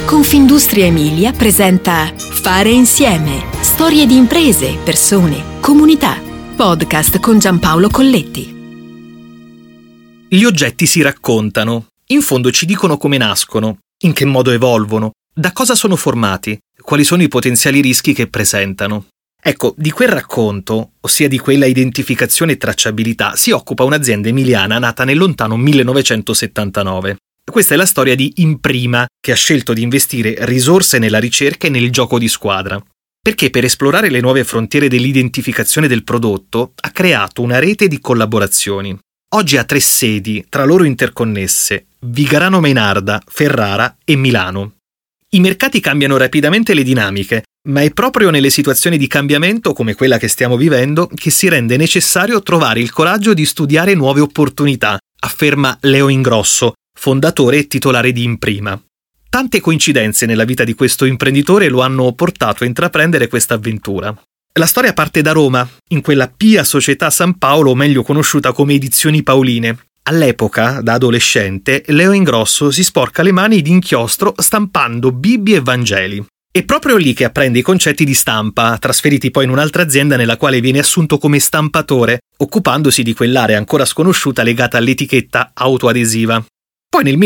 Confindustria Emilia presenta Fare insieme. Storie di imprese, persone, comunità. Podcast con Giampaolo Colletti. Gli oggetti si raccontano. In fondo ci dicono come nascono, in che modo evolvono, da cosa sono formati, quali sono i potenziali rischi che presentano. Ecco, di quel racconto, ossia di quella identificazione e tracciabilità, si occupa un'azienda emiliana nata nel lontano 1979. Questa è la storia di Imprima, che ha scelto di investire risorse nella ricerca e nel gioco di squadra. Perché per esplorare le nuove frontiere dell'identificazione del prodotto ha creato una rete di collaborazioni. Oggi ha 3 sedi, tra loro interconnesse: Vigarano Mainarda, Ferrara e Milano. I mercati cambiano rapidamente le dinamiche, ma è proprio nelle situazioni di cambiamento come quella che stiamo vivendo che si rende necessario trovare il coraggio di studiare nuove opportunità, afferma Leo Ingrosso, fondatore e titolare di Imprima. Tante coincidenze nella vita di questo imprenditore lo hanno portato a intraprendere questa avventura. La storia parte da Roma, in quella pia società San Paolo, meglio conosciuta come Edizioni Paoline. All'epoca, da adolescente, Leo Ingrosso si sporca le mani di inchiostro stampando Bibbie e Vangeli. È proprio lì che apprende i concetti di stampa, trasferiti poi in un'altra azienda nella quale viene assunto come stampatore, occupandosi di quell'area ancora sconosciuta legata all'etichetta autoadesiva. Poi nel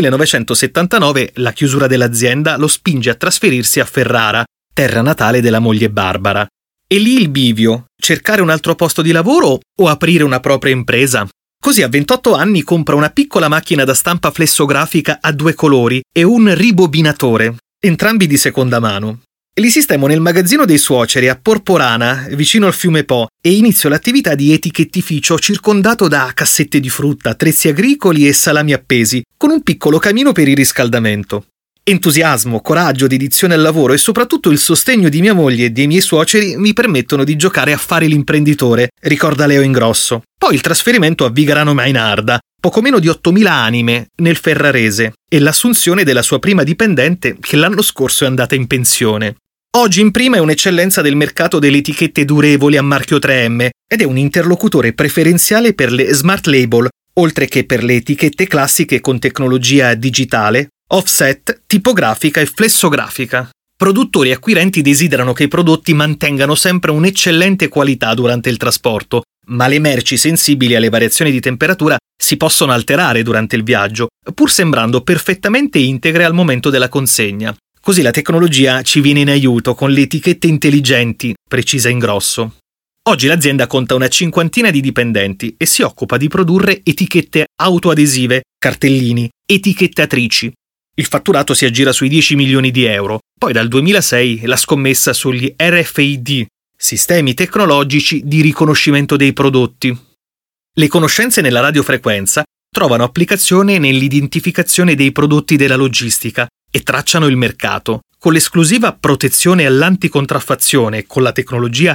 1979 la chiusura dell'azienda lo spinge a trasferirsi a Ferrara, terra natale della moglie Barbara. E lì il bivio: cercare un altro posto di lavoro o aprire una propria impresa? Così a 28 anni compra una piccola macchina da stampa flessografica a 2 colori e un ribobinatore, entrambi di seconda mano. Li sistemo nel magazzino dei suoceri a Porporana, vicino al fiume Po, e inizio l'attività di etichettificio circondato da cassette di frutta, attrezzi agricoli e salami appesi, con un piccolo camino per il riscaldamento. Entusiasmo, coraggio, dedizione al lavoro e soprattutto il sostegno di mia moglie e dei miei suoceri mi permettono di giocare a fare l'imprenditore, ricorda Leo Ingrosso. Poi il trasferimento a Vigarano Mainarda, poco meno di 8.000 anime, nel Ferrarese, e l'assunzione della sua prima dipendente che l'anno scorso è andata in pensione. Oggi Imprima è un'eccellenza del mercato delle etichette durevoli a marchio 3M ed è un interlocutore preferenziale per le smart label, oltre che per le etichette classiche con tecnologia digitale, offset, tipografica e flessografica. Produttori e acquirenti desiderano che i prodotti mantengano sempre un'eccellente qualità durante il trasporto, ma le merci sensibili alle variazioni di temperatura si possono alterare durante il viaggio, pur sembrando perfettamente integre al momento della consegna. Così la tecnologia ci viene in aiuto con le etichette intelligenti, precisa Ingrosso. Oggi l'azienda conta una 50ina di dipendenti e si occupa di produrre etichette autoadesive, cartellini, etichettatrici. Il fatturato si aggira sui 10 milioni di euro. Poi dal 2006 la scommessa sugli RFID, sistemi tecnologici di riconoscimento dei prodotti. Le conoscenze nella radiofrequenza trovano applicazione nell'identificazione dei prodotti della logistica e tracciano il mercato. Con l'esclusiva protezione all'anticontraffazione con la tecnologia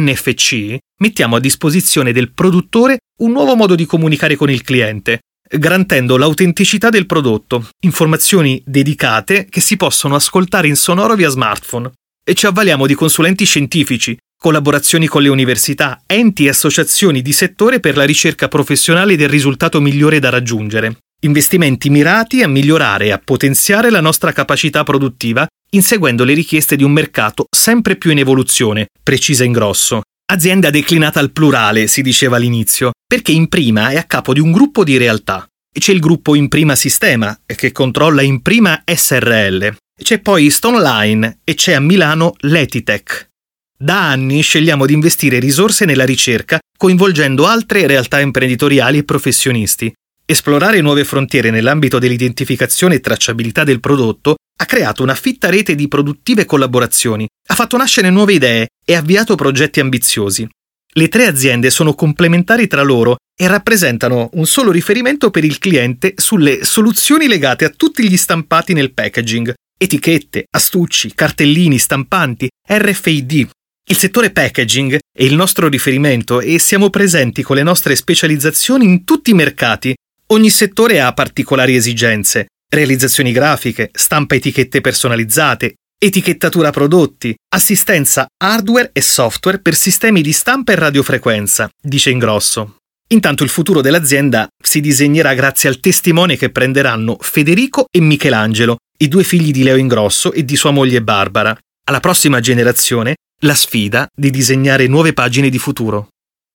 NFC mettiamo a disposizione del produttore un nuovo modo di comunicare con il cliente, garantendo l'autenticità del prodotto, informazioni dedicate che si possono ascoltare in sonoro via smartphone. E ci avvaliamo di consulenti scientifici, collaborazioni con le università, enti e associazioni di settore per la ricerca professionale del risultato migliore da raggiungere. Investimenti mirati a migliorare e a potenziare la nostra capacità produttiva, inseguendo le richieste di un mercato sempre più in evoluzione, precisa Ingrosso. Azienda declinata al plurale, si diceva all'inizio, perché Imprima è a capo di un gruppo di realtà. C'è il gruppo Imprima Sistema, che controlla Imprima SRL. C'è poi Stoneline e c'è a Milano l'Etitech. Da anni scegliamo di investire risorse nella ricerca, coinvolgendo altre realtà imprenditoriali e professionisti. Esplorare nuove frontiere nell'ambito dell'identificazione e tracciabilità del prodotto ha creato una fitta rete di produttive collaborazioni, ha fatto nascere nuove idee e avviato progetti ambiziosi. Le 3 aziende sono complementari tra loro e rappresentano un solo riferimento per il cliente sulle soluzioni legate a tutti gli stampati nel packaging: etichette, astucci, cartellini, stampanti, RFID. Il settore packaging è il nostro riferimento e siamo presenti con le nostre specializzazioni in tutti i mercati. Ogni settore ha particolari esigenze: realizzazioni grafiche, stampa etichette personalizzate, etichettatura prodotti, assistenza hardware e software per sistemi di stampa e radiofrequenza, dice Ingrosso. Intanto il futuro dell'azienda si disegnerà grazie al testimone che prenderanno Federico e Michelangelo, i 2 figli di Leo Ingrosso e di sua moglie Barbara. Alla prossima generazione la sfida di disegnare nuove pagine di futuro.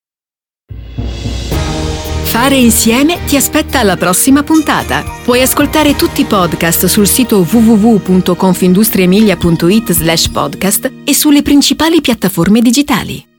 Fare insieme ti aspetta alla prossima puntata. Puoi ascoltare tutti i podcast sul sito www.confindustriemilia.it/podcast e sulle principali piattaforme digitali.